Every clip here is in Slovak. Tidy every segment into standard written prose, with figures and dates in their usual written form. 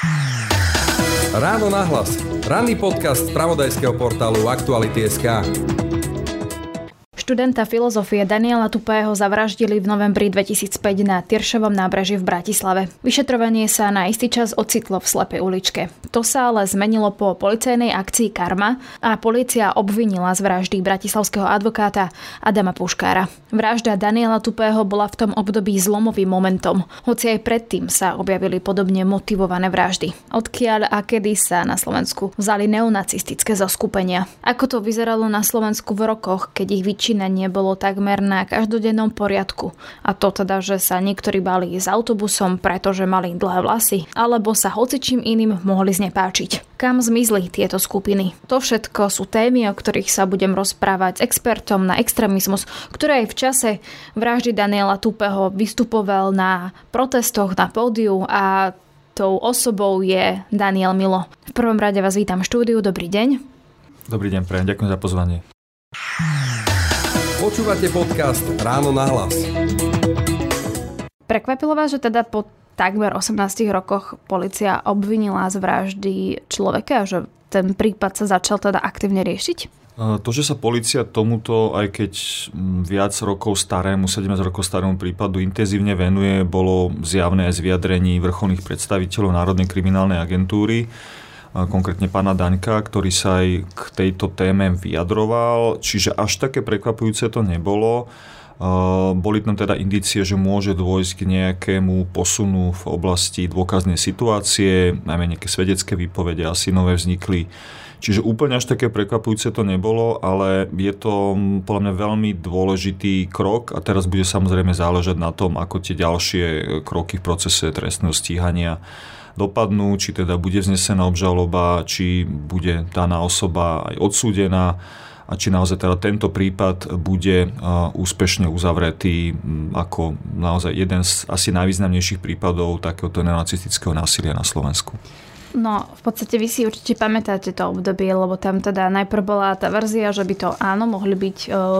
Ráno nahlas. Ranný podcast z spravodajského portálu Aktuality.sk. Študenta filozofie Daniela Tupého zavraždili v novembri 2005 na Tyršovom nábreží v Bratislave. Vyšetrovanie sa na istý čas ocitlo v slepej uličke. To sa ale zmenilo po policajnej akcii Karma a polícia obvinila z vraždy bratislavského advokáta Adama Puškára. Vražda Daniela Tupého bola v tom období zlomovým momentom, hoci aj predtým sa objavili podobne motivované vraždy. Odkiaľ a kedy sa na Slovensku vzali neonacistické zoskupenia? Ako to vyzeralo na Slovensku v rokoch, keď ich vyčínanie bolo takmer na každodennom poriadku? A to teda, že sa niektorí bali s autobusom, pretože mali dlhé vlasy, alebo sa hocičím iným mohli znepáčiť. Kam zmizli tieto skupiny? To všetko sú témy, o ktorých sa budem rozprávať s expertom na extrémizmus, ktorý aj v čase vraždy Daniela Tupého vystupoval na protestoch na pódiu a tou osobou je Daniel Milo. V prvom rade vás vítam v štúdiu. Dobrý deň. Dobrý deň, prajem. Ďakujem za pozvanie. Počúvate podcast Ráno nahlas. Prekvapilo vás, že teda po takmer 18 rokoch polícia obvinila z vraždy človeka, že ten prípad sa začal teda aktívne riešiť? To, že sa polícia tomuto, aj keď viac rokov starému, 17 rokov starému prípadu intenzívne venuje, bolo zjavné aj z vyjadrení vrcholných predstaviteľov Národnej kriminálnej agentúry, konkrétne pána Daňka, ktorý sa aj k tejto téme vyjadroval, čiže až také prekvapujúce to nebolo. Boli tam teda indície, že môže dôjsť k nejakému posunu v oblasti dôkaznej situácie, najmä nejaké svedecké výpovede asi nové vznikli. Čiže úplne až také prekvapujúce to nebolo, ale je to podľa mňa veľmi dôležitý krok a teraz bude samozrejme záležať na tom, ako tie ďalšie kroky v procese trestného stíhania dopadnú, či teda bude vznesená obžaloba, či bude daná osoba aj odsúdená a či naozaj teda tento prípad bude úspešne uzavretý ako naozaj jeden z asi najvýznamnejších prípadov takéhoto neonacistického násilia na Slovensku. No, v podstate vy si určite pamätáte to obdobie, lebo tam teda najprv bola tá verzia, že by to áno, mohli byť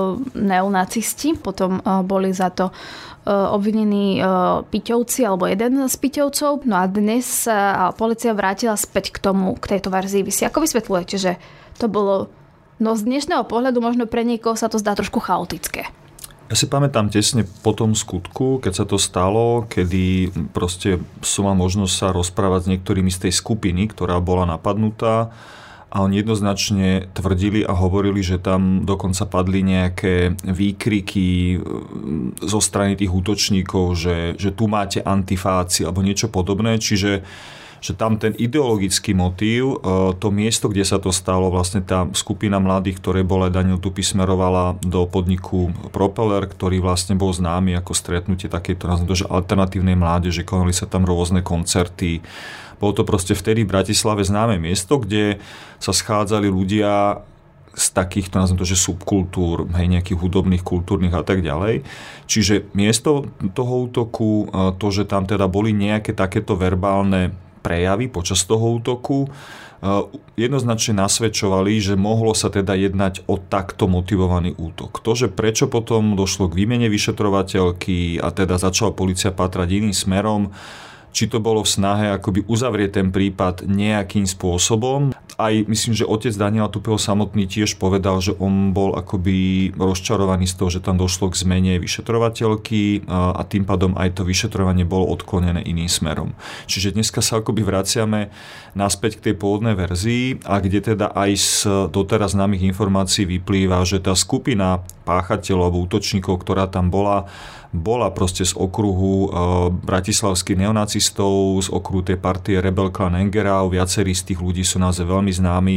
neonacisti, potom boli za to obvinení Piťovci alebo jeden z Piťovcov. No a dnes sa polícia vrátila späť k tejto verzii. Vy si ako vysvetľujete, že to bolo, no z dnešného pohľadu možno pre niekoho sa to zdá trošku chaotické? Ja si pamätám tesne po tom skutku, keď sa to stalo, kedy proste som mal možnosť sa rozprávať s niektorými z tej skupiny, ktorá bola napadnutá a oni jednoznačne tvrdili a hovorili, že tam dokonca padli nejaké výkriky zo strany tých útočníkov, že tu máte antifáci alebo niečo podobné, čiže že tam ten ideologický motív, to miesto, kde sa to stalo, vlastne tá skupina mladých, ktoré bola Daniel Tupý, smerovala do podniku Propeller, ktorý vlastne bol známy ako stretnutie takejto alternatívnej mládeže, konali sa tam rôzne koncerty. Bolo to proste vtedy v Bratislave známe miesto, kde sa schádzali ľudia z takýchto, nazvem to, že subkultúr, nejakých hudobných, kultúrnych a tak ďalej. Čiže miesto toho útoku, to, že tam teda boli nejaké takéto verbálne prejavy počas toho útoku, jednoznačne nasvedčovali, že mohlo sa teda jednať o takto motivovaný útok. To, že prečo potom došlo k výmene vyšetrovateľky a teda začala polícia pátrať iným smerom, či to bolo v snahe akoby uzavrieť ten prípad nejakým spôsobom. Aj myslím, že otec Daniela Tupého samotný tiež povedal, že on bol akoby rozčarovaný z toho, že tam došlo k zmene vyšetrovateľky a tým pádom aj to vyšetrovanie bolo odklonené iným smerom. Čiže dneska sa akoby vraciame naspäť k tej pôvodnej verzii a kde teda aj z doteraz známych informácií vyplýva, že tá skupina páchateľov alebo útočníkov, ktorá tam bola proste z okruhu bratislavských neonacistov, z okruhu tej partie Rebel Klan Engerau. Viacerí z tých ľudí sú naozaj veľmi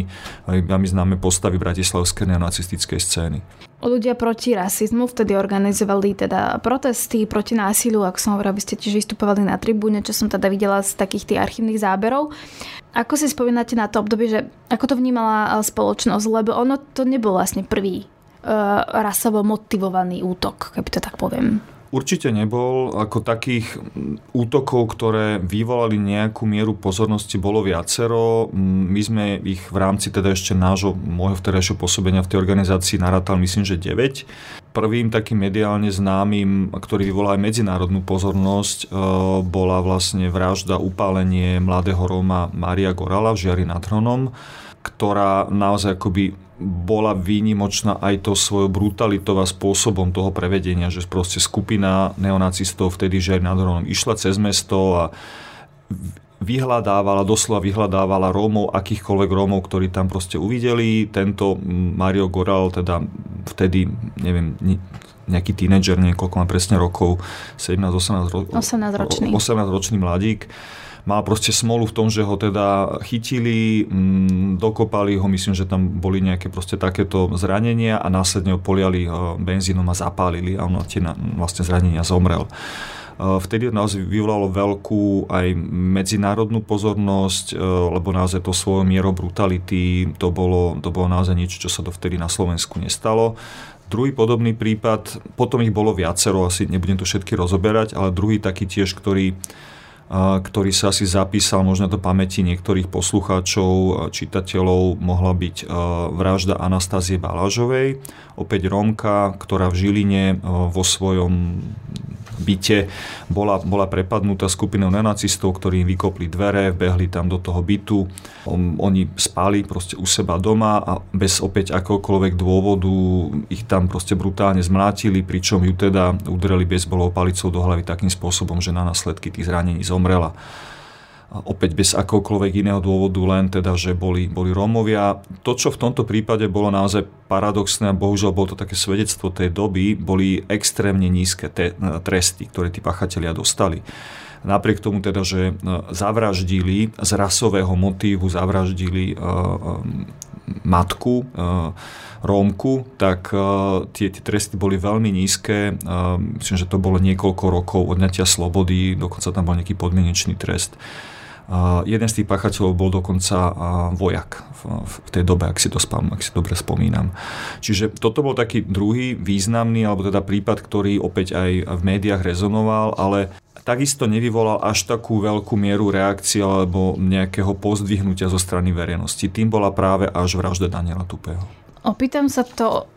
známe postavy bratislavskej neonacistickej scény. Ľudia proti rasizmu vtedy organizovali teda protesty proti násiliu, ako som hovorila, vy ste tiež vystupovali na tribúne, čo som teda videla z takých tých archívnych záberov. Ako si spomínate na to obdobie, že ako to vnímala spoločnosť, lebo ono to nebol vlastne prvý rasovo motivovaný útok, keby to tak poviem. Určite nebol. Ako takých útokov, ktoré vyvolali nejakú mieru pozornosti, bolo viacero. My sme ich v rámci teda ešte môjho vtedajšieho pôsobenia v tej organizácii narátali, myslím, že 9. prvým takým mediálne známym, ktorý vyvolal aj medzinárodnú pozornosť, bola vlastne vražda, upálenie mladého Róma Mária Gorala v Žiari nad Hronom, ktorá naozaj akoby bola výnimočná aj to svojou brutalitou a spôsobom toho prevedenia, že proste skupina neonacistov vtedy Žiari nad Hronom išla cez mesto a doslova vyhľadávala Rómov, akýchkoľvek Rómov, ktorí tam proste uvideli. Tento Mário Goral, teda vtedy, neviem, nejaký tínedžer, niekoľko má presne rokov, 18-ročný mladík, mal proste smolu v tom, že ho teda chytili, dokopali ho, myslím, že tam boli nejaké proste takéto zranenia a následne ho poliali benzínom a zapálili a on na tie vlastne zranenia zomrel. Vtedy naozaj vyvolalo veľkú aj medzinárodnú pozornosť, lebo naozaj to svojou mierou brutality, to bolo naozaj niečo, čo sa dovtedy na Slovensku nestalo. Druhý podobný prípad, potom ich bolo viacero, asi nebudem to všetky rozoberať, ale druhý taký tiež, ktorý sa asi zapísal možno do pamäti niektorých poslucháčov, čitateľov, mohla byť vražda Anastázie Balážovej, opäť Rómka, ktorá v Žiline vo svojom byte bola prepadnutá skupinou nenacistov, ktorí im vykopli dvere, vbehli tam do toho bytu. Oni spali proste u seba doma a bez opäť akokoľvek dôvodu ich tam proste brutálne zmlátili, pričom ju teda udreli bejsbolovou palicou do hlavy takým spôsobom, že na následky tých zranení zomrela. Opäť bez akokoľvek iného dôvodu, len teda, že boli Rómovia. To, čo v tomto prípade bolo naozaj paradoxné, a bohužiaľ bolo to také svedectvo tej doby, boli extrémne nízke tresty, ktoré tí pachatelia dostali. Napriek tomu teda, že zavraždili z rasového motívu, zavraždili matku, Rómku, tak tie tresty boli veľmi nízke. Myslím, že to bolo niekoľko rokov odňatia slobody, dokonca tam bol nejaký podmienečný trest. Jeden z tých páchateľov bol dokonca vojak v tej dobe, ak si dobre spomínam. Čiže toto bol taký druhý významný, alebo teda prípad, ktorý opäť aj v médiách rezonoval, ale takisto nevyvolal až takú veľkú mieru reakcie alebo nejakého pozdvihnutia zo strany verejnosti. Tým bola práve až vražda Daniela Tupého. Opýtam sa to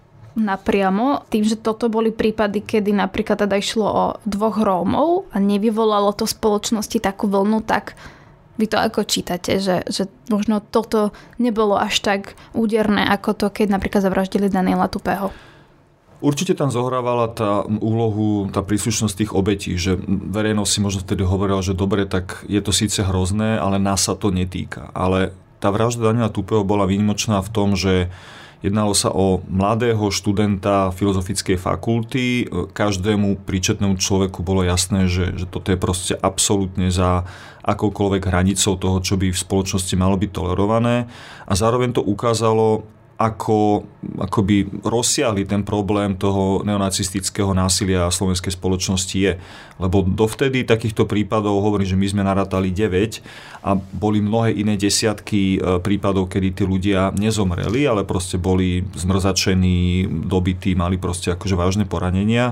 napriamo, tým, že toto boli prípady, kedy napríklad teda išlo o 2 Rómov a nevyvolalo to v spoločnosti takú vlnu, tak vy to ako čítate, že možno toto nebolo až tak úderné, ako to, keď napríklad zavraždili Daniela Tupého. Určite tam zohrávala tá úlohu, tá príslušnosť tých obetí, že verejnosť si možno vtedy hovorila, že dobre, tak je to síce hrozné, ale nás sa to netýka. Ale tá vražda Daniela Tupého bola výnimočná v tom, že jednalo sa o mladého študenta filozofickej fakulty. Každému príčetnému človeku bolo jasné, že toto je proste absolútne za akoukoľvek hranicou toho, čo by v spoločnosti malo byť tolerované. A zároveň to ukázalo, ako by rozsiahli ten problém toho neonacistického násilia v slovenskej spoločnosti je. Lebo dovtedy takýchto prípadov, hovorím, že my sme narátali 9 a boli mnohé iné desiatky prípadov, kedy tí ľudia nezomreli, ale proste boli zmrzačení, dobití, mali proste akože vážne poranenia.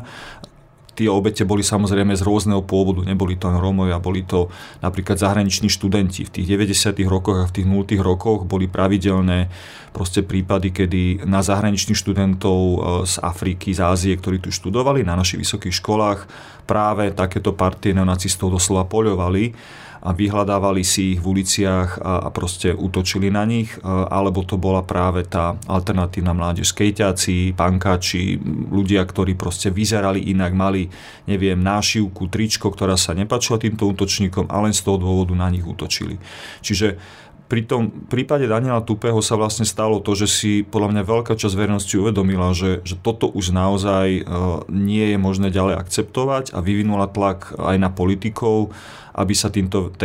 Tie obete boli samozrejme z rôzneho pôvodu, neboli to len Rómovia, boli to napríklad zahraniční študenti. V tých 90. rokoch a v tých 0. rokoch boli pravidelné proste prípady, kedy na zahraničných študentov z Afriky, z Ázie, ktorí tu študovali na našich vysokých školách, práve takéto partie neonacistov doslova poľovali a vyhľadávali si ich v uliciach a proste útočili na nich, alebo to bola práve tá alternatívna mládež, skejťáci, pankáči, ľudia, ktorí proste vyzerali inak, mali, neviem, nášivku, tričko, ktorá sa nepáčila týmto útočníkom, a len z toho dôvodu na nich útočili. Čiže pri tom prípade Daniela Tupého sa vlastne stalo to, že si podľa mňa veľká časť verejnosti uvedomila, že toto už naozaj nie je možné ďalej akceptovať a vyvinula tlak aj na politikov, aby sa tejto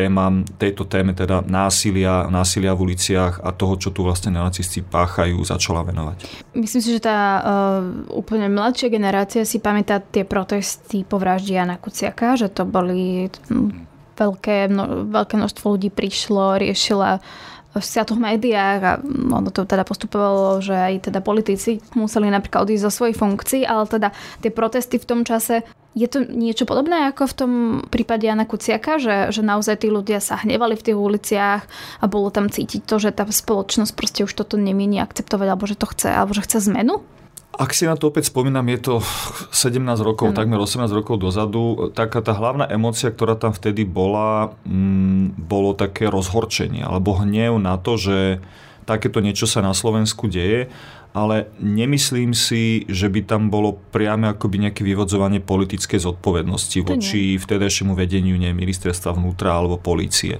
téme teda násilia v uliciach a toho, čo tu vlastne neonacisti páchajú, začala venovať. Myslím si, že tá úplne mladšia generácia si pamätá tie protesty po vražde Jana Kuciaka, že to boli veľké množstvo ľudí prišlo, riešila sa to v médiách a ono to teda postupovalo, že aj teda politici museli napríklad odísť zo svojich funkcií, ale teda tie protesty v tom čase, je to niečo podobné ako v tom prípade Jana Kuciaka, že naozaj tí ľudia sa hnevali v tých uliciach a bolo tam cítiť to, že tá spoločnosť proste už toto nemieni akceptovať, alebo že to chce, alebo že chce zmenu? Ak si na to opäť spomínam, je to 17 rokov, takmer 18 rokov dozadu. Taká tá hlavná emócia, ktorá tam vtedy bola, bolo také rozhorčenie alebo hnev na to, že takéto niečo sa na Slovensku deje, ale nemyslím si, že by tam bolo priame akoby nejaké vyvodzovanie politickej zodpovednosti voči vtedajšiemu vedeniu ministerstva vnútra alebo polície.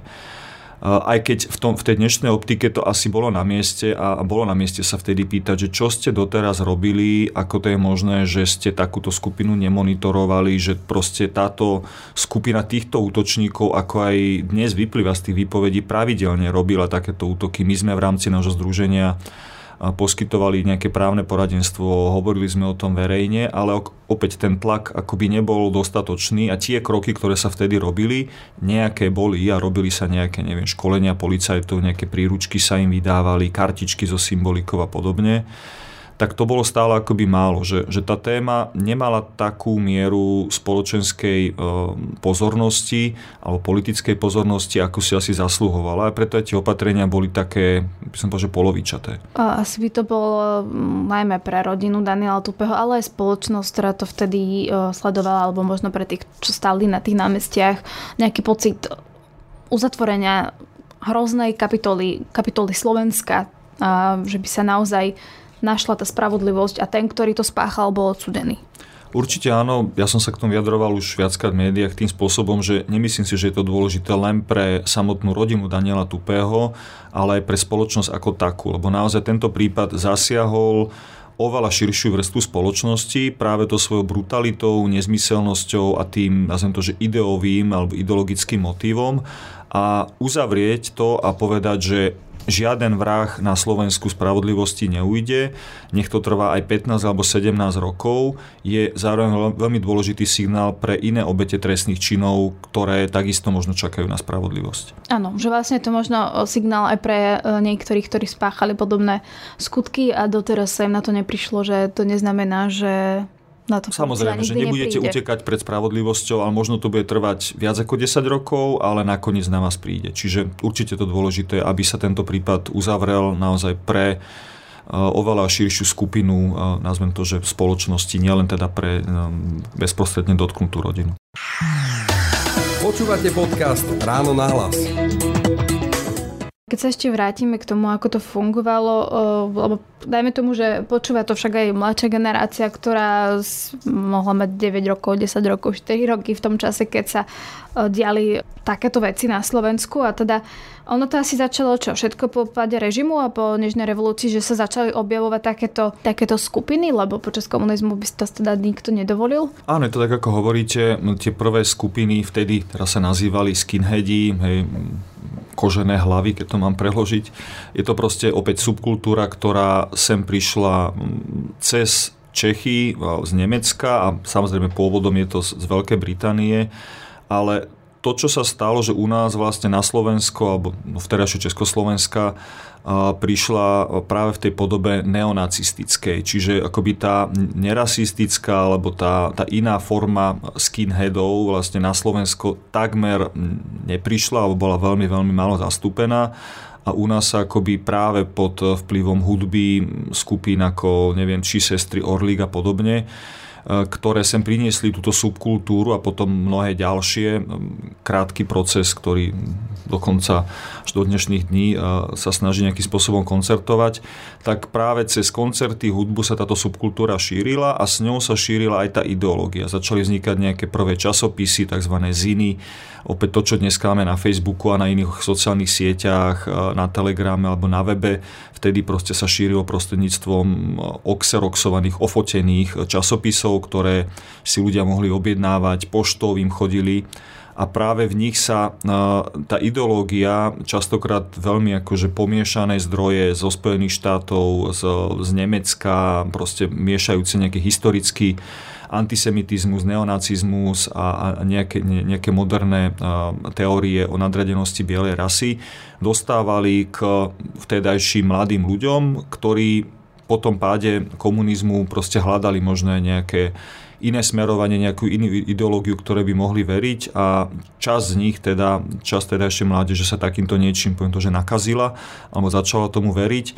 Aj keď v tej dnešnej optike to asi bolo na mieste a bolo na mieste sa vtedy pýtať, že čo ste doteraz robili, ako to je možné, že ste takúto skupinu nemonitorovali, že proste táto skupina týchto útočníkov, ako aj dnes vyplýva z tých výpovedí, pravidelne robila takéto útoky. My sme v rámci nášho združenia poskytovali nejaké právne poradenstvo, hovorili sme o tom verejne, ale opäť ten tlak akoby nebol dostatočný a tie kroky, ktoré sa vtedy robili, nejaké boli a robili sa nejaké, školenia policajtov, nejaké príručky sa im vydávali, kartičky so symbolikou a podobne, tak to bolo stále akoby málo, že tá téma nemala takú mieru spoločenskej pozornosti alebo politickej pozornosti, ako si asi zasluhovala. A preto aj tie opatrenia boli také, by som povedal, že polovičaté. Asi by to bolo najmä pre rodinu Daniela Tupého, ale aj spoločnosť, ktorá to vtedy sledovala, alebo možno pre tých, čo stáli na tých námestiach, nejaký pocit uzatvorenia hroznej kapitoly Slovenska, že by sa naozaj našla tá spravodlivosť a ten, ktorý to spáchal, bol odsúdený. Určite áno, ja som sa k tomu vyjadroval už viackrát v médiách tým spôsobom, že nemyslím si, že je to dôležité len pre samotnú rodinu Daniela Tupého, ale aj pre spoločnosť ako takú, lebo naozaj tento prípad zasiahol oveľa širšiu vrstvu spoločnosti práve to svojou brutalitou, nezmyselnosťou a tým, nazvem to, že ideovým alebo ideologickým motívom a uzavrieť to a povedať, že žiaden vrah na Slovensku spravodlivosti neujde, nech to trvá aj 15 alebo 17 rokov, je zároveň veľmi dôležitý signál pre iné obete trestných činov, ktoré takisto možno čakajú na spravodlivosť. Áno, že vlastne to možno signál aj pre niektorých, ktorí spáchali podobné skutky a doteraz sa im na to neprišlo, že to neznamená, že na to samozrejme, že nebudete utekať pred spravodlivosťou, ale možno to bude trvať viac ako 10 rokov, ale nakoniec na vás príde. Čiže určite to dôležité, aby sa tento prípad uzavrel naozaj pre oveľa širšiu skupinu, nazvem to, že spoločnosti, nielen teda pre bezprostredne dotknutú rodinu. Počúvate podcast Ráno na hlas. Keď sa ešte vrátime k tomu, ako to fungovalo, lebo dajme tomu, že počúva to však aj mladšia generácia, ktorá mohla mať 9 rokov, 10 rokov, 4 roky v tom čase, keď sa diali takéto veci na Slovensku. A teda ono to asi začalo všetko po páde režimu a po nežnej revolúcii, že sa začali objavovať takéto skupiny, lebo počas komunizmu by to teda nikto nedovolil. Áno, je to tak, ako hovoríte, tie prvé skupiny vtedy teraz sa nazývali skinheadi, kožené hlavy, keď to mám preložiť. Je to proste opäť subkultúra, ktorá sem prišla cez Čechy, z Nemecka a samozrejme pôvodom je to z Veľkej Británie, ale to, čo sa stalo, že u nás vlastne na Slovensko, alebo vtedajšie Československa, prišla práve v tej podobe neonacistickej. Čiže akoby tá nerasistická, alebo tá iná forma skinheadov vlastne na Slovensko takmer neprišla, alebo bola veľmi, veľmi málo zastúpená. A u nás sa akoby práve pod vplyvom hudby skupín ako, či Sestry Orlík a podobne, ktoré sem priniesli túto subkultúru a potom mnohé ďalšie. Krátky proces, ktorý dokonca až do dnešných dní sa snaží nejakým spôsobom koncertovať, tak práve cez koncerty, hudbu sa táto subkultúra šírila a s ňou sa šírila aj tá ideológia. Začali vznikať nejaké prvé časopisy, tzv. Ziny, opäť to, čo dneska máme na Facebooku a na iných sociálnych sieťach, na Telegrame alebo na webe, vtedy proste sa šírilo prostredníctvom oxeroxovaných, ofotených časopisov, ktoré si ľudia mohli objednávať, poštou im chodili a práve v nich sa tá ideológia, častokrát veľmi akože pomiešané zdroje zo Spojených štátov, z Nemecka, proste miešajúce nejaký historický antisemitizmus, neonacizmus a nejaké moderné teórie o nadradenosti bielej rasy dostávali k vtedajším mladým ľuďom, ktorí po tom páde komunizmu proste hľadali možno nejaké iné smerovanie, nejakú inú ideológiu, ktoré by mohli veriť a časť z nich, časť ešte mládeže sa takýmto niečím, poviem to, že nakazila alebo začala tomu veriť.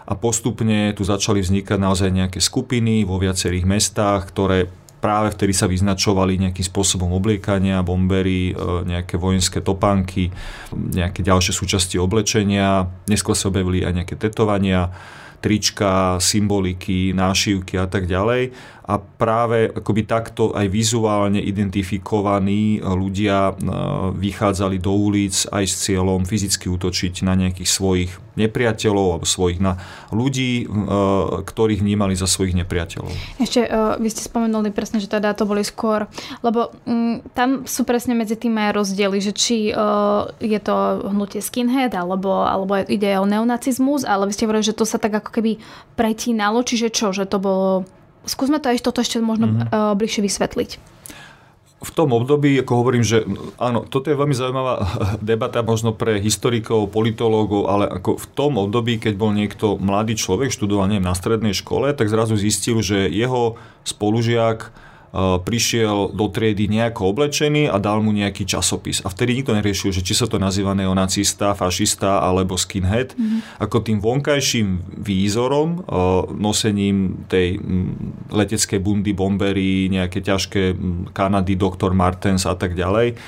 a postupne tu začali vznikať naozaj nejaké skupiny vo viacerých mestách, ktoré práve vtedy sa vyznačovali nejakým spôsobom obliekania, bombery, nejaké vojenské topánky, nejaké ďalšie súčasti oblečenia. Neskôr sa objavili aj nejaké tetovania, trička, symboliky, nášivky a tak ďalej. A práve akoby takto aj vizuálne identifikovaní ľudia vychádzali do ulic aj s cieľom fyzicky útočiť na nejakých svojich nepriateľov alebo svojich na ľudí, ktorých vnímali za svojich nepriateľov. Ešte vy ste spomenuli presne, že teda to boli skôr, lebo tam sú presne medzi tým aj rozdiely, že či je to hnutie skinhead alebo ide o neonacizmus, ale vy ste hovorili, že to sa tak ako keby pretínalo, čiže čo, že to bolo... Skúsme to ešte možno bližšie vysvetliť. V tom období, ako hovorím, že áno, toto je veľmi zaujímavá debata možno pre historikov, politológov, ale ako v tom období, keď bol niekto mladý človek, študoval na strednej škole, tak zrazu zistil, že jeho spolužiak prišiel do triedy nejako oblečený a dal mu nejaký časopis. A vtedy nikto neriešil, že či sa to nazýva neonacista, fašista alebo skinhead. Ako tým vonkajším výzorom, nosením tej leteckej bundy, bombery, nejaké ťažké Kanady, Dr. Martens a tak ďalej,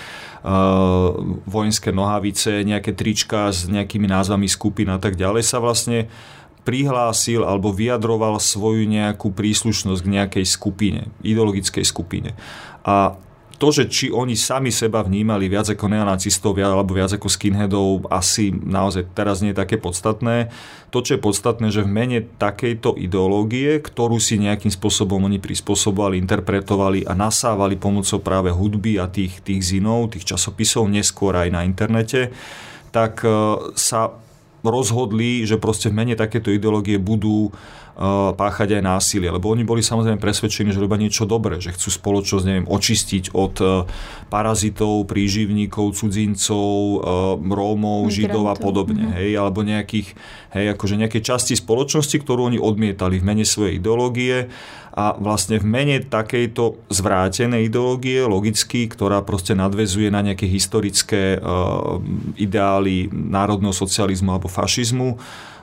vojenské nohavice, nejaké trička s nejakými názvami skupín a tak ďalej, sa vlastne prihlásil alebo vyjadroval svoju nejakú príslušnosť k nejakej skupine, ideologickej skupine. A to, že či oni sami seba vnímali viac ako neonacistov alebo viac ako skinheadov, asi naozaj teraz nie je také podstatné. To, čo je podstatné, že v mene takejto ideológie, ktorú si nejakým spôsobom oni prispôsobovali, interpretovali a nasávali pomocou práve hudby a tých zinov, tých časopisov, neskôr aj na internete, tak sa rozhodli, že proste v mene takéto ideológie budú páchať aj násilie, lebo oni boli samozrejme presvedčení, že robia niečo dobré, že chcú spoločnosť, neviem, očistiť od parazitov, príživníkov, cudzincov, Rómov, Židov a podobne, hej, alebo nejakých, akože nejaké časti spoločnosti, ktorú oni odmietali v mene svojej ideológie a vlastne v mene takejto zvrátenej ideológie, logicky, ktorá proste nadväzuje na nejaké historické ideály národného socializmu alebo fašizmu,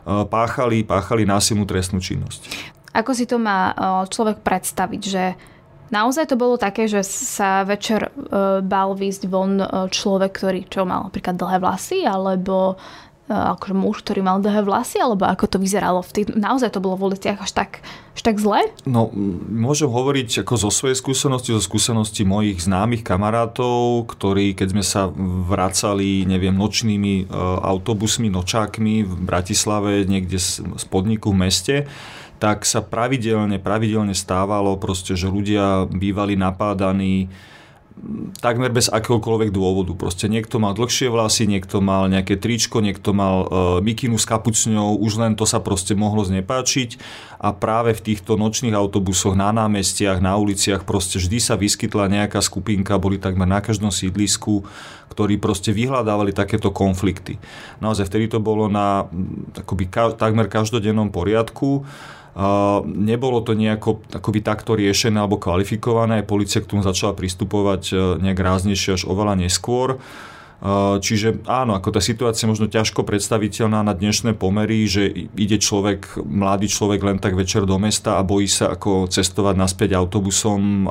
páchali násilnú trestnú činnosť. Ako si to má človek predstaviť, že naozaj to bolo také, že sa večer bál výjsť von človek, ktorý mal napríklad dlhé vlasy, alebo akože muž, ktorý mal dlhé vlasy, alebo ako to vyzeralo? Naozaj to bolo v uliciach až tak zle? No, môžem hovoriť ako zo svojej skúsenosti, zo skúsenosti mojich známych kamarátov, ktorí, keď sme sa vracali, neviem, nočnými autobusmi, nočákmi v Bratislave, niekde z podniku v meste, tak sa pravidelne stávalo proste, že ľudia bývali napádaní takmer bez akéhokoľvek dôvodu. Proste niekto mal dlhšie vlasy, niekto mal nejaké tričko, niekto mal mikinu s kapucňou, už len to sa proste mohlo znepáčiť a práve v týchto nočných autobusoch na námestiach, na uliciach proste vždy sa vyskytla nejaká skupinka, boli takmer na každom sídlisku, ktorí proste vyhľadávali takéto konflikty. Naozaj vtedy to bolo na akoby takmer každodennom poriadku. Nebolo to nejako akoby takto riešené alebo kvalifikované. Polícia k tomu začala pristupovať nejak ráznejšie až oveľa neskôr. Čiže áno, ako tá situácia je možno ťažko predstaviteľná na dnešné pomery, že ide mladý človek len tak večer do mesta a bojí sa ako cestovať naspäť autobusom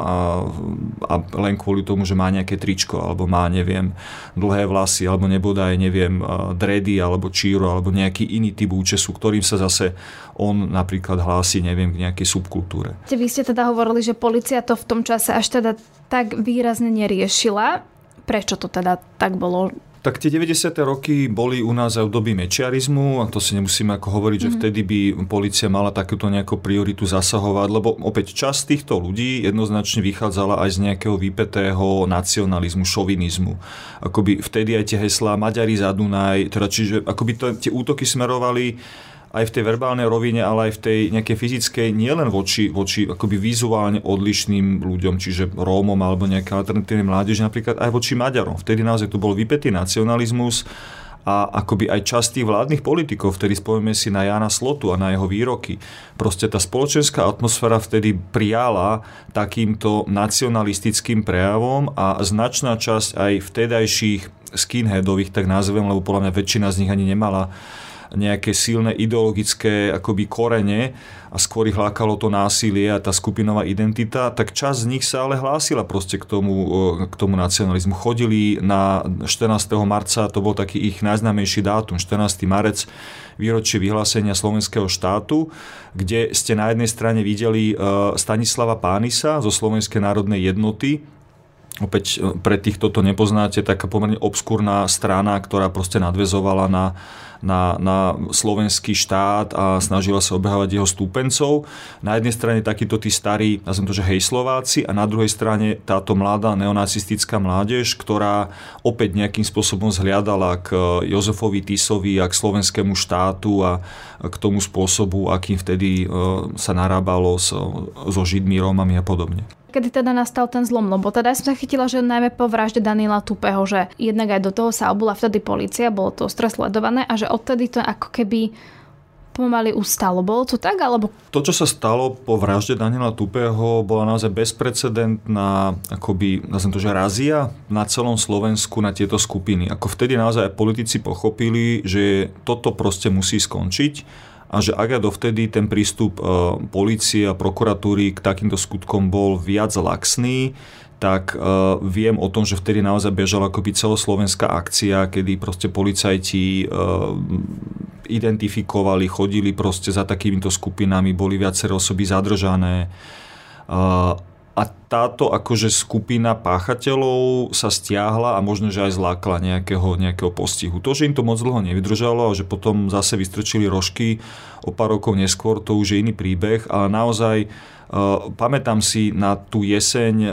a len kvôli tomu, že má nejaké tričko alebo má, neviem, dlhé vlasy alebo nebodaj, neviem, dredy alebo číro alebo nejaký iný typ účesu, ktorým sa zase on napríklad hlási, neviem, k nejakej subkultúre. Vy ste teda hovorili, že polícia to v tom čase až teda tak výrazne neriešila. Prečo to teda tak bolo? Tak tie 90. roky boli u nás aj v období mečiarizmu a to si nemusíme ako hovoriť, že vtedy by polícia mala takúto nejakú prioritu zasahovať, lebo opäť časť týchto ľudí jednoznačne vychádzala aj z nejakého vypätého nacionalizmu, šovinizmu. Akoby vtedy aj tie heslá Maďari za Dunaj, teda čiže akoby tie útoky smerovali aj v tej verbálnej rovine, ale aj v tej nejakej fyzickej, nielen voči akoby vizuálne odlišným ľuďom, čiže Rómom alebo nejaké alternatívne mládeži, napríklad aj voči Maďarom. Vtedy naozaj tu bol vypätý nacionalizmus a akoby aj časť tých vládnych politikov, vtedy spomíme si na Jána Slotu a na jeho výroky. Proste tá spoločenská atmosféra vtedy prijala takýmto nacionalistickým prejavom a značná časť aj vtedajších skinheadových, tak nazvem, lebo podľa mňa väčšina z nich ani nemala nejaké silné ideologické akoby korene a skôr ich lákalo to násilie a tá skupinová identita, tak časť z nich sa ale hlásila proste k tomu nacionalizmu. Chodili na 14. marca, to bol taký ich najznámejší dátum, 14. marec, výročie vyhlásenia slovenského štátu, kde ste na jednej strane videli Stanislava Pánisa zo Slovenskej národnej jednoty. Opäť pre tých, kto to nepoznáte, taká pomerne obskúrna strana, ktorá proste nadväzovala na slovenský štát a snažila sa obhávať jeho stúpencov. Na jednej strane takíto tí starí, nazvem to, že hejslováci, a na druhej strane táto mladá neonacistická mládež, ktorá opäť nejakým spôsobom zhliadala k Jozefovi Tisovi a k slovenskému štátu a k tomu spôsobu, akým vtedy sa narábalo so Židmi, Rómami a podobne. Kedy teda nastal ten zlom? Lebo teda ja som sa chytila, že najmä po vražde Daniela Tupého, že jednak aj do toho sa obula vtedy polícia, bolo to ostro sledované a že odtedy to ako keby pomaly ustalo. Bolo to tak, alebo... To, čo sa stalo po vražde Daniela Tupého, bola naozaj bezprecedentná akoby, nazvem to, že razia na celom Slovensku na tieto skupiny. Ako vtedy naozaj politici pochopili, že toto proste musí skončiť a že ak dovtedy ten prístup polície a prokuratúry k takýmto skutkom bol viac laxný, tak viem o tom, že vtedy naozaj bežala akoby celoslovenská akcia, kedy proste policajti identifikovali, chodili proste za takýmito skupinami, boli viaceré osoby zadržané. A táto akože skupina páchateľov sa stiahla a možno, že aj zlákla nejakého postihu. To, že im to moc dlho nevydržalo a že potom zase vystrčili rožky o pár rokov neskôr, to už je iný príbeh, ale naozaj pamätám si na tú jeseň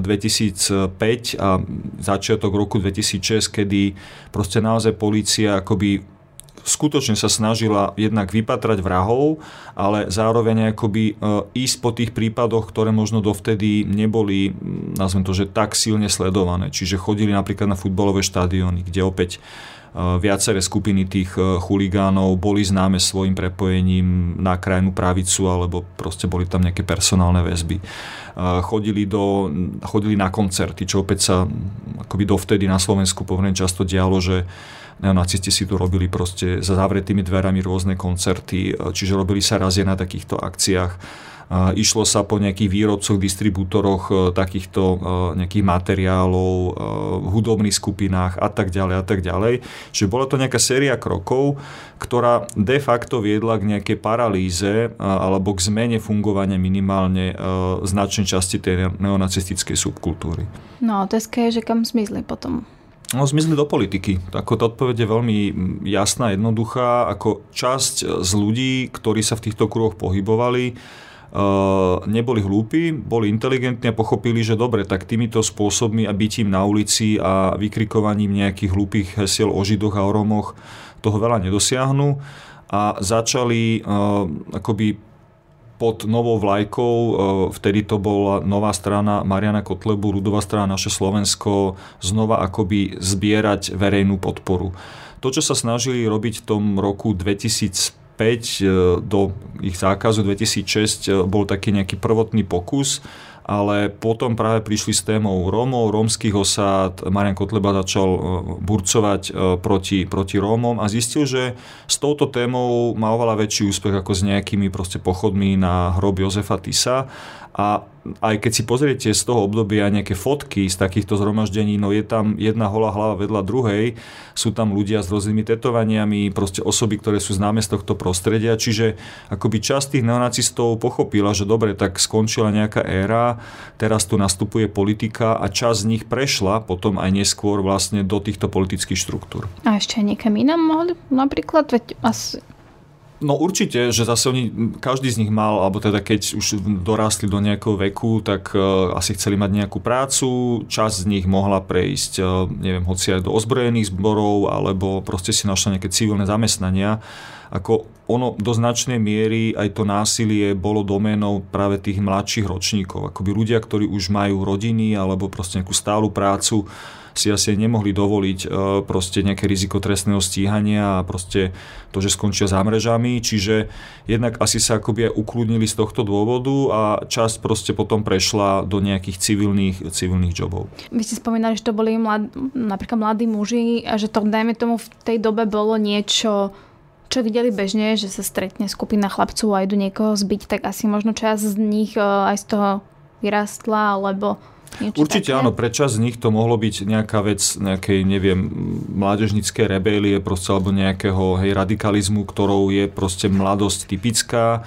2005 a začiatok roku 2006, kedy proste naozaj polícia akoby skutočne sa snažila jednak vypatrať vrahov, ale zároveň akoby ísť po tých prípadoch, ktoré možno dovtedy neboli, nazvem to, že tak silne sledované. Čiže chodili napríklad na futbalové štadióny, kde opäť viaceré skupiny tých chuligánov boli známe svojim prepojením na krajnú pravicu alebo proste boli tam nejaké personálne väzby. Chodili na koncerty, čo opäť sa akoby dovtedy na Slovensku pomerne často dialo, že neonacisti si tu robili proste za zavretými dverami rôzne koncerty, čiže robili sa razie na takýchto akciách. Išlo sa po nejakých výrobcoch, distribútoroch takýchto nejakých materiálov, hudobných skupinách a tak ďalej. Čiže bola to nejaká séria krokov, ktorá de facto viedla k nejakej paralýze alebo k zmene fungovania minimálne značnej časti tej neonacistickej subkultúry. No a otázka je, že kam zmizli potom? No, zmizli do politiky. Ako tá odpoveď je veľmi jasná, jednoduchá. Ako časť z ľudí, ktorí sa v týchto kruhoch pohybovali, neboli hlúpi, boli inteligentní a pochopili, že dobre, tak týmito spôsobmi a bytím na ulici a vykrikovaním nejakých hlúpych hesiel o Židoch a o Rómoch toho veľa nedosiahnu a začali akoby pod novou vlajkou, vtedy to bola nová strana Mariana Kotlebu, ľudová strana Naše Slovensko, znova akoby zbierať verejnú podporu. To, čo sa snažili robiť v tom roku 2005 do ich zákazu 2006 bol taký nejaký prvotný pokus, ale potom práve prišli s témou Rómov, rómskych osád. Marian Kotleba začal burcovať proti Rómom a zistil, že s touto témou má oveľa väčší úspech ako s nejakými proste pochodmi na hrob Jozefa Tisa. A aj keď si pozriete z toho obdobia nejaké fotky z takýchto zhromaždení, no je tam jedna holá hlava vedľa druhej, sú tam ľudia s rôznymi tetovaniami, proste osoby, ktoré sú známe z tohto prostredia, čiže akoby časť tých neonacistov pochopila, že dobre, tak skončila nejaká éra, teraz tu nastupuje politika a časť z nich prešla potom aj neskôr vlastne do týchto politických štruktúr. A ešte niekam inám mohli napríklad, veď asi... No určite, že zase každý z nich mal, alebo teda keď už dorastli do nejakého veku, tak asi chceli mať nejakú prácu, časť z nich mohla prejsť, neviem, hoci aj do ozbrojených zborov, alebo proste si našla nejaké civilné zamestnania. Ako ono do značnej miery aj to násilie bolo doménou práve tých mladších ročníkov. Akoby ľudia, ktorí už majú rodiny, alebo proste nejakú stálu prácu, si asi nemohli dovoliť proste nejaké riziko trestného stíhania a proste to, že skončia za mrežami. Čiže jednak asi sa akoby aj ukludnili z tohto dôvodu a časť proste potom prešla do nejakých civilných jobov. Vy ste spomínali, že to boli napríklad mladí muži a že to, dajme tomu, v tej dobe bolo niečo, čo videli bežne, že sa stretne skupina chlapcov a idú niekoho zbiť, tak asi možno časť z nich aj z toho vyrástla, alebo určite také? Áno, pre časť z nich to mohlo byť nejaká vec nejakej, neviem, mládežníckej rebélie proste, alebo nejakého radikalizmu, ktorou je proste mladosť typická.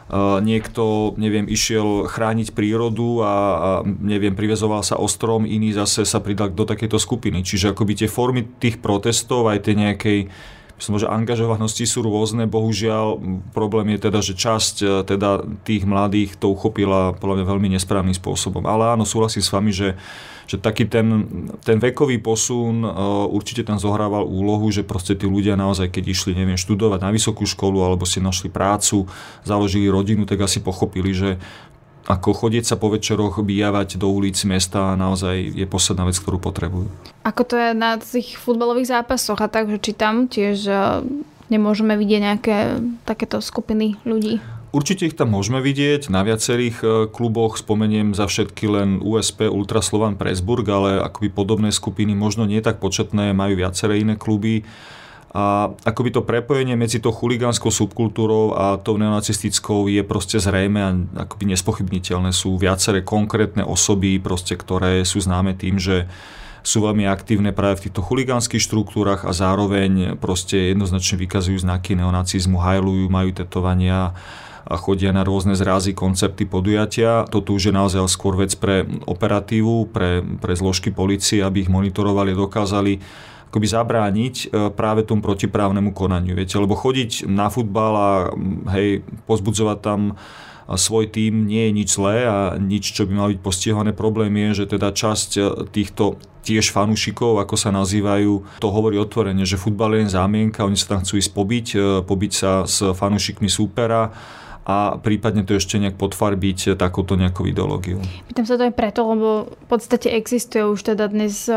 Niekto, neviem, išiel chrániť prírodu a neviem, privezoval sa o strom, iný zase sa pridal do takejto skupiny. Čiže akoby tie formy tých protestov, aj tie nejakej, myslím, že angažovanosti sú rôzne. Bohužiaľ, problém je teda, že časť teda tých mladých to uchopila podľa mňa veľmi nesprávnym spôsobom. Ale áno, súhlasím s vami, že taký ten vekový posun určite tam zohrával úlohu, že proste tí ľudia naozaj, keď išli, neviem, študovať na vysokú školu alebo si našli prácu, založili rodinu, tak asi pochopili, že ako chodiť sa po večeroch bijavať do ulic mesta naozaj je posledná vec, ktorú potrebujú. Ako to je na tých futbalových zápasoch a tak, že či tam tiež nemôžeme vidieť nejaké takéto skupiny ľudí? Určite ich tam môžeme vidieť na viacerých kluboch, spomeniem za všetky len USP, Ultra Slovan Pressburg, ale akoby podobné skupiny, možno nie tak početné, majú viaceré iné kluby. A akoby to prepojenie medzi tou chuligánskou subkultúrou a tou neonacistickou je proste zrejme a akoby nespochybniteľné. Sú viaceré konkrétne osoby, proste, ktoré sú známe tým, že sú veľmi aktívne práve v týchto chuligánskych štruktúrach a zároveň proste jednoznačne vykazujú znaky neonacizmu, hajlujú, majú tetovania a chodia na rôzne zrázy, koncepty, podujatia. Toto už je naozaj skôr vec pre operatívu, pre zložky polície, aby ich monitorovali a dokázali akoby zabrániť práve tomu protiprávnemu konaniu. Viete, lebo chodiť na futbal a pozbudzovať tam svoj tím nie je nič zlé a nič, čo by malo byť postihované. Problém je, že teda časť týchto tiež fanúšikov, ako sa nazývajú, to hovorí otvorene, že futbal je len zámienka, oni sa tam chcú ísť pobiť sa s fanúšikmi súpera a prípadne to ešte nejak podfarbiť takouto nejakou ideológiou. Pýtam sa to aj preto, lebo v podstate existuje už teda dnes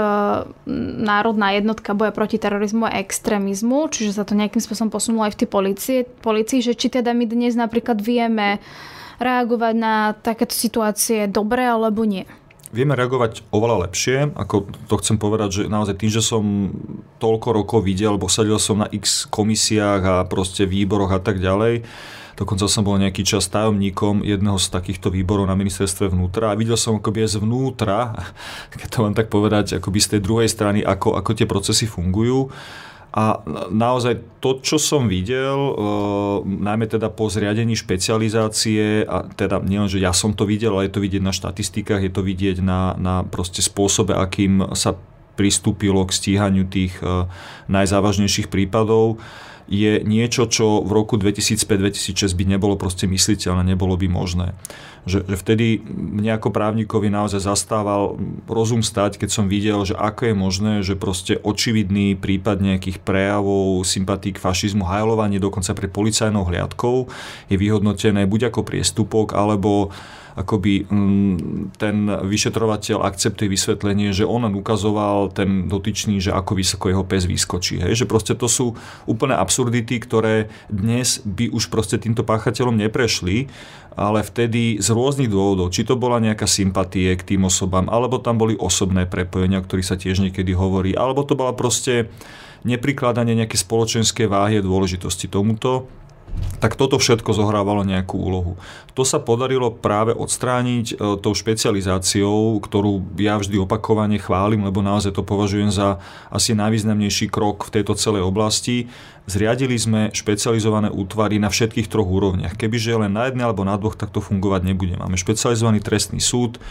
národná jednotka boja proti terorizmu a extrémizmu, čiže sa to nejakým spôsobom posunulo aj v tej polícii, že či teda my dnes napríklad vieme reagovať na takéto situácie dobre alebo nie? Vieme reagovať oveľa lepšie, ako to chcem povedať, že naozaj tým, že som toľko rokov videl, alebo sadil som na x komisiách a proste výboroch a tak ďalej. Dokonca som bol nejaký čas tajomníkom jedného z takýchto výborov na ministerstve vnútra a videl som akoby aj zvnútra, keď to mám tak povedať, akoby z tej druhej strany, ako tie procesy fungujú. A naozaj to, čo som videl, najmä teda po zriadení špecializácie, a teda nielen, že ja som to videl, ale je to vidieť na štatistikách, je to vidieť na proste spôsobe, akým sa pristúpilo k stíhaniu tých najzávažnejších prípadov, je niečo, čo v roku 2005-2006 by nebolo proste mysliteľné, nebolo by možné. Že vtedy mne ako právnikovi naozaj zastával rozum stať, keď som videl, že ako je možné, že proste očividný prípad nejakých prejavov sympatí k fašizmu, hajlovanie dokonca pre policajnou hliadkou je vyhodnotené buď ako priestupok, alebo akoby ten vyšetrovateľ akceptuje vysvetlenie, že on ukazoval ten dotyčný, že ako vysoko jeho pes vyskočí. Hej? Že proste to sú úplne absurdity, ktoré dnes by už proste týmto páchateľom neprešli, ale vtedy z rôznych dôvodov, či to bola nejaká sympatie k tým osobám, alebo tam boli osobné prepojenia, o ktorých sa tiež niekedy hovorí, alebo to bola proste neprikladanie nejaké spoločenské váhy a dôležitosti tomuto, tak toto všetko zohrávalo nejakú úlohu. To sa podarilo práve odstrániť tou špecializáciou, ktorú ja vždy opakovane chválim, lebo naozaj to považujem za asi najvýznamnejší krok v tejto celej oblasti. Zriadili sme špecializované útvary na všetkých troch úrovniach. Kebyže len na jednej alebo na dvoch, tak to fungovať nebude. Máme špecializovaný trestný súd,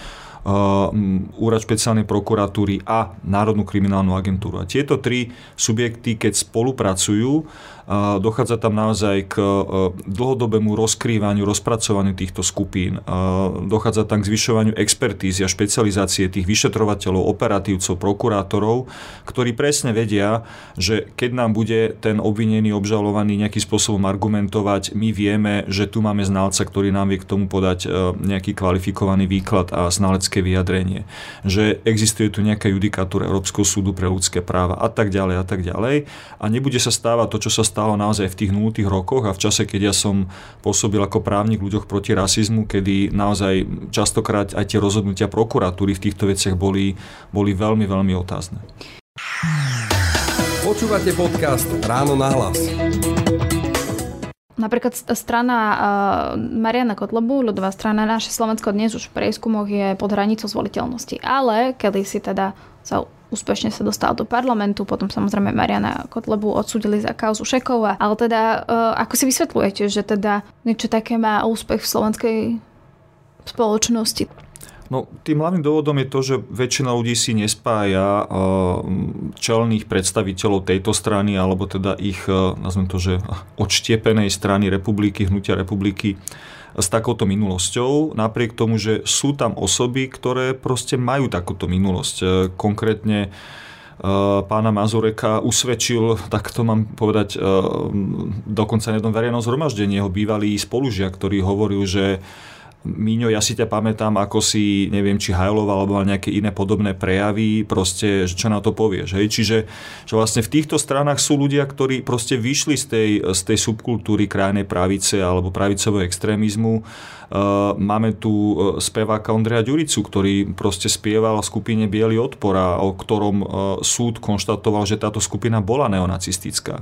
úrad špeciálnej prokuratúry a Národnú kriminálnu agentúru. A tieto tri subjekty, keď spolupracujú, dochádza tam naozaj k dlhodobému rozkrývaniu, rozpracovaniu týchto skupín. Dochádza tam k zvyšovaniu expertízy a špecializácie tých vyšetrovateľov, operatívcov, prokurátorov, ktorí presne vedia, že keď nám bude ten obvinený, obžalovaný nejakým spôsobom argumentovať, my vieme, že tu máme znalca, ktorý nám vie k tomu podať nejaký kvalifikovaný výklad a znalecké vyjadrenie. Že existuje tu nejaká judikatúra Európskeho súdu pre ľudské práva a tak ďalej a tak ďalej. A nebude sa stávať to, čo sa stalo naozaj v tých 0. rokoch a v čase, keď ja som pôsobil ako právnik v ľuďoch proti rasizmu, kedy naozaj častokrát aj tie rozhodnutia prokuratúry v týchto veciach boli veľmi, veľmi otázne. Počúvate podcast Ráno na hlas. Napríklad strana Mariana Kotlebu, ľudová strana Naše Slovensko dnes už v prieskumoch je pod hranicou zvoliteľnosti. Ale kedysi teda úspešne sa dostal do parlamentu, potom samozrejme Mariana Kotlebu odsúdili za kauzu Šekova. Ale teda, ako si vysvetľujete, že teda niečo také má úspech v slovenskej spoločnosti? No, tým hlavným dôvodom je to, že väčšina ľudí si nespája čelných predstaviteľov tejto strany, alebo teda ich, nazvem to, že odštiepenej strany republiky, hnutia republiky, s takouto minulosťou, napriek tomu, že sú tam osoby, ktoré proste majú takúto minulosť. Konkrétne pána Mazureka usvedčil, tak to mám povedať, dokonca na jednom verejnom zhromaždení jeho bývalý spolužiak, ktorý hovoril, že Míňo, ja si ťa pamätám, ako si, neviem, či hajloval alebo nejaké iné podobné prejavy, proste, čo na to povieš. Hej? Čiže že vlastne v týchto stranách sú ľudia, ktorí proste vyšli z tej subkultúry krajnej pravice alebo pravicového extrémizmu. Máme tu speváka Ondreja Ďuricu, ktorý proste spieval v skupine Biely odpor, o ktorom súd konštatoval, že táto skupina bola neonacistická.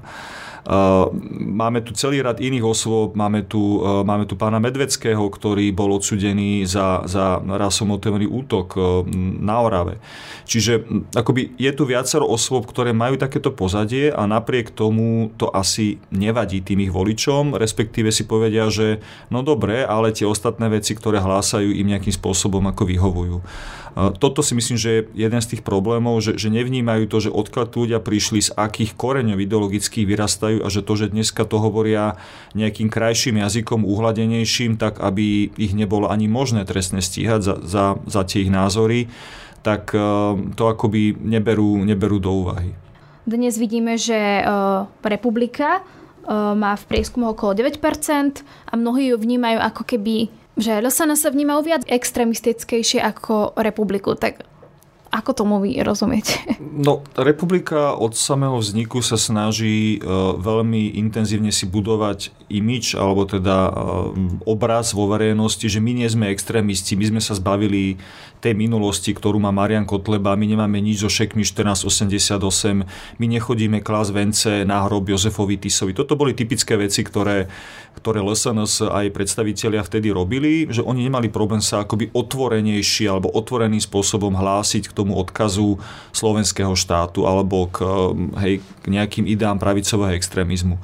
Máme tu celý rad iných osôb, máme tu pána Medveckého, ktorý bol odsúdený za rasovo motivovaný útok na Orave. Čiže akoby je tu viacero osôb, ktoré majú takéto pozadie a napriek tomu to asi nevadí tým ich voličom, respektíve si povedia, že no dobre, ale tie ostatné veci, ktoré hlásajú, im nejakým spôsobom ako vyhovujú. Toto si myslím, že je jeden z tých problémov, že nevnímajú to, že odkiaľ ľudia prišli, z akých koreňov ideologických vyrastajú a že to, že dneska to hovoria nejakým krajším jazykom, uhladenejším, tak aby ich nebolo ani možné trestne stíhať za tie ich názory, tak to akoby neberú do úvahy. Dnes vidíme, že Republika má v prieskumu okolo 9% a mnohí ju vnímajú ako keby, že LSNS sa vnímajú viac extrémistickejšie ako Republiku. Tak ako tomu vy rozumiete? No, Republika od samého vzniku sa snaží veľmi intenzívne si budovať imidž, alebo teda obraz vo verejnosti, že my nie sme extrémisti, my sme sa zbavili tej minulosti, ktorú má Marian Kotleba, my nemáme nič so šekmi 1488, my nechodíme klásť vence na hrob Jozefovi Tisovi. Toto boli typické veci, ktoré LSNS aj predstavitelia vtedy robili, že oni nemali problém sa akoby otvorenejší alebo otvoreným spôsobom hlásiť k tomu odkazu slovenského štátu alebo k nejakým ideám pravicového extrémizmu.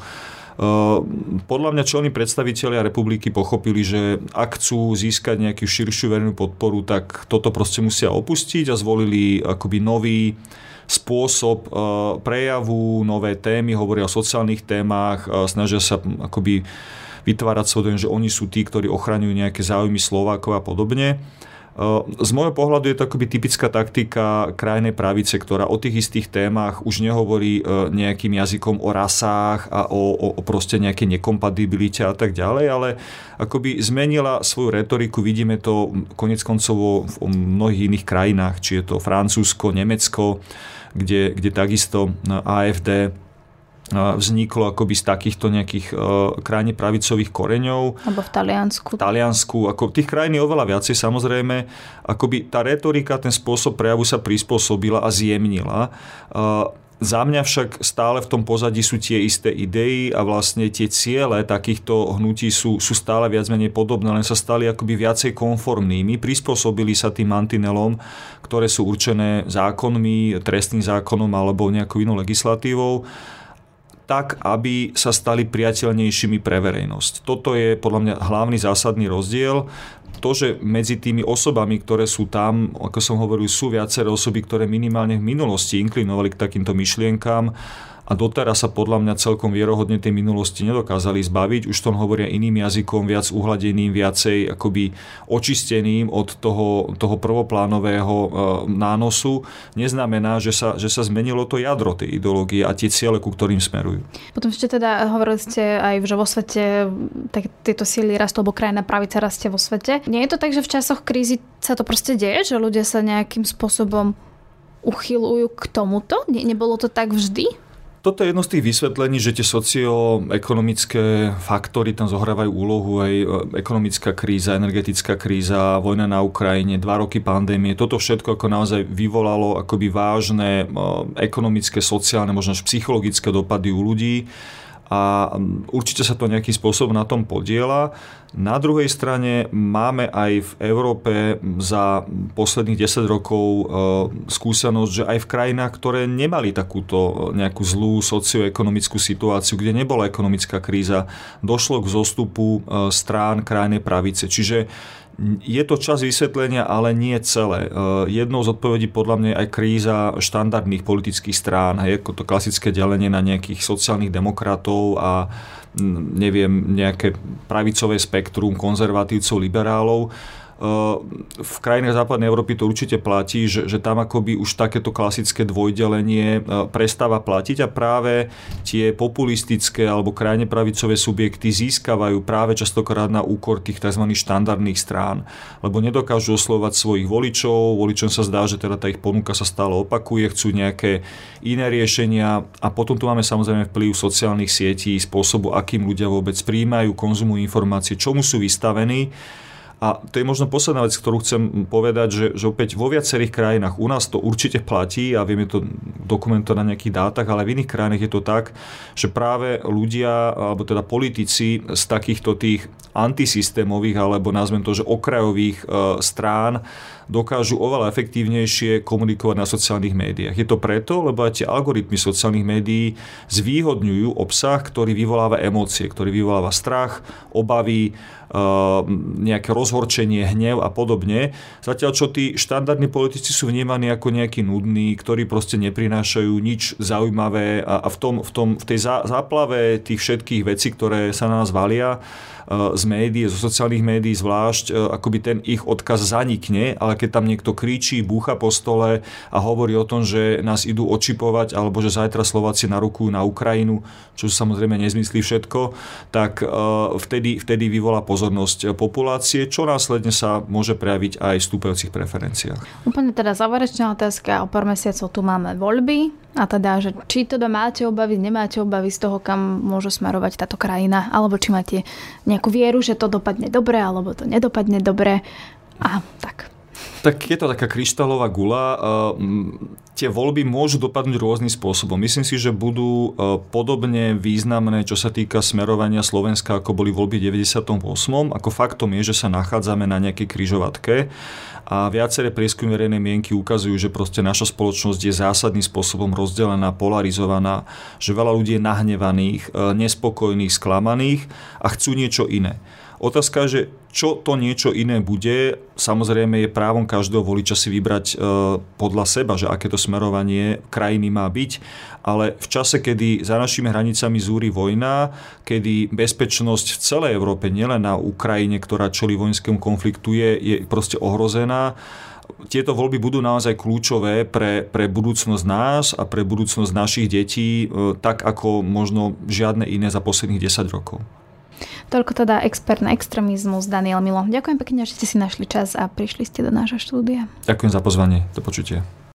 Podľa mňa čelní predstavitelia republiky pochopili, že ak chcú získať nejakú širšiu verejnú podporu, tak toto proste musia opustiť a zvolili akoby nový spôsob prejavu, nové témy, hovoria o sociálnych témach, snažia sa akoby vytvárať svoj dojem, že oni sú tí, ktorí ochraňujú nejaké záujmy Slovákov a podobne. Z môjho pohľadu je to akoby typická taktika krajnej pravice, ktorá o tých istých témach už nehovorí nejakým jazykom o rasách a o proste nejakej nekompatibilite a tak ďalej, ale akoby zmenila svoju retoriku. Vidíme to koniec koncov v mnohých iných krajinách, či je to Francúzsko, Nemecko, kde takisto AfD vzniklo akoby z takýchto nejakých krajne pravicových koreňov. Alebo v Taliansku. Ako tých krajín je oveľa viacej, samozrejme. Akoby tá retorika, ten spôsob prejavu sa prispôsobila a zjemnila. Za mňa však stále v tom pozadí sú tie isté idei a vlastne tie ciele takýchto hnutí sú stále viac menej podobné, len sa stali akoby viacej konformnými, prispôsobili sa tým mantinelom, ktoré sú určené zákonmi, trestným zákonom alebo nejakou inou legislatívou, tak, aby sa stali priateľnejšími pre verejnosť. Toto je podľa mňa hlavný zásadný rozdiel. To, že medzi tými osobami, ktoré sú tam, ako som hovoril, sú viaceré osoby, ktoré minimálne v minulosti inklinovali k takýmto myšlienkám a doteraz sa podľa mňa celkom vierohodne tej minulosti nedokázali zbaviť. Už to hovoria iným jazykom, viac uhladeným, viacej akoby očisteným od toho prvoplánového nánosu. Neznamená, že sa zmenilo to jadro tej ideológie a tie ciele, ku ktorým smerujú. Potom ešte teda hovorili ste aj, že vo svete tak tieto síly rastú, lebo krajná pravica rastie vo svete. Nie je to tak, že v časoch krízy sa to proste deje, že ľudia sa nejakým spôsobom uchyľujú k tomuto? Nebolo to tak vždy? Toto je jedno z tých vysvetlení, že tie socioekonomické faktory tam zohrávajú úlohu, aj ekonomická kríza, energetická kríza, vojna na Ukrajine, 2 roky pandémie. Toto všetko ako naozaj vyvolalo akoby vážne ekonomické, sociálne, možno až psychologické dopady u ľudí. a určite sa to nejakým spôsobom na tom podieľa. Na druhej strane máme aj v Európe za posledných 10 rokov skúsenosť, že aj v krajinách, ktoré nemali takúto nejakú zlú socioekonomickú situáciu, kde nebola ekonomická kríza, došlo k zostupu strán krajnej pravice. Čiže je to čas vysvetlenia, ale nie celé. Jednou z odpovedí podľa mňa je aj kríza štandardných politických strán, ako to klasické delenie na nejakých sociálnych demokratov a neviem, nejaké pravicové spektrum konzervatívcov, liberálov. V krajinách západnej Európy to určite platí, že tam akoby už takéto klasické dvojdelenie prestáva platiť a práve tie populistické alebo krajne pravicové subjekty získavajú práve častokrát na úkor tých tzv. Štandardných strán, lebo nedokážu oslovať svojich voličov, voličom sa zdá, že teda tá ich ponuka sa stále opakuje, chcú nejaké iné riešenia a potom tu máme samozrejme vplyv sociálnych sietí, spôsobu, akým ľudia vôbec prijímajú, konzumujú informácie, čomu sú vystavení. A to je možno posledná vec, ktorú chcem povedať, že opäť vo viacerých krajinách u nás to určite platí a vieme to dokumentovať na nejakých dátach, ale v iných krajinách je to tak, že práve ľudia, alebo teda politici z takýchto tých antisystémových, alebo nazvem to, že okrajových strán dokážu oveľa efektívnejšie komunikovať na sociálnych médiách. Je to preto, lebo aj tie algoritmy sociálnych médií zvýhodňujú obsah, ktorý vyvoláva emócie, ktorý vyvoláva strach, obavy, nejaké rozhorčenie, hnev a podobne. Zatiaľ, čo tí štandardní politici sú vnímaní ako nejakí nudní, ktorí proste neprinášajú nič zaujímavé a v tej záplave tých všetkých vecí, ktoré sa na nás valia z médií, zo sociálnych médií zvlášť, akoby ten ich odkaz zanikne, ale keď tam niekto kričí, búcha po stole a hovorí o tom, že nás idú očipovať alebo že zajtra Slováci narukujú na Ukrajinu, čo samozrejme nezmyslí všetko, tak vtedy vyvolá pozornosť populácie, čo následne sa môže prejaviť aj v stúpajúcich preferenciách. Úplne teda záverečná otázka. O pár mesiacov tu máme voľby a teda, že či teda máte obavy, nemáte obavy z toho, kam môže smerovať táto krajina, alebo či máte nejakú vieru, že to dopadne dobre, alebo to nedopadne dobre a tak. Tak je to taká kryštálová guľa. Tie voľby môžu dopadnúť rôznym spôsobom. Myslím si, že budú podobne významné, čo sa týka smerovania Slovenska, ako boli voľby v 98. Ako faktom je, že sa nachádzame na nejakej križovatke a viaceré prieskumy verejnej mienky ukazujú, že proste naša spoločnosť je zásadným spôsobom rozdelená, polarizovaná, že veľa ľudí je nahnevaných, nespokojných, sklamaných a chcú niečo iné. Otázka je, že čo to niečo iné bude, samozrejme je právom každého voliča si vybrať podľa seba, že aké to smerovanie krajiny má byť, ale v čase, kedy za našimi hranicami zúri vojna, kedy bezpečnosť v celej Európe, nielen na Ukrajine, ktorá čelí vojenskému konfliktu, je proste ohrozená, tieto voľby budú naozaj kľúčové pre budúcnosť nás a pre budúcnosť našich detí, tak ako možno žiadne iné za posledných 10 rokov. Toľko teda expert na extrémizmus Daniel Milo. Ďakujem pekne, že ste si našli čas a prišli ste do nášho štúdia. Ďakujem za pozvanie. Do počutia.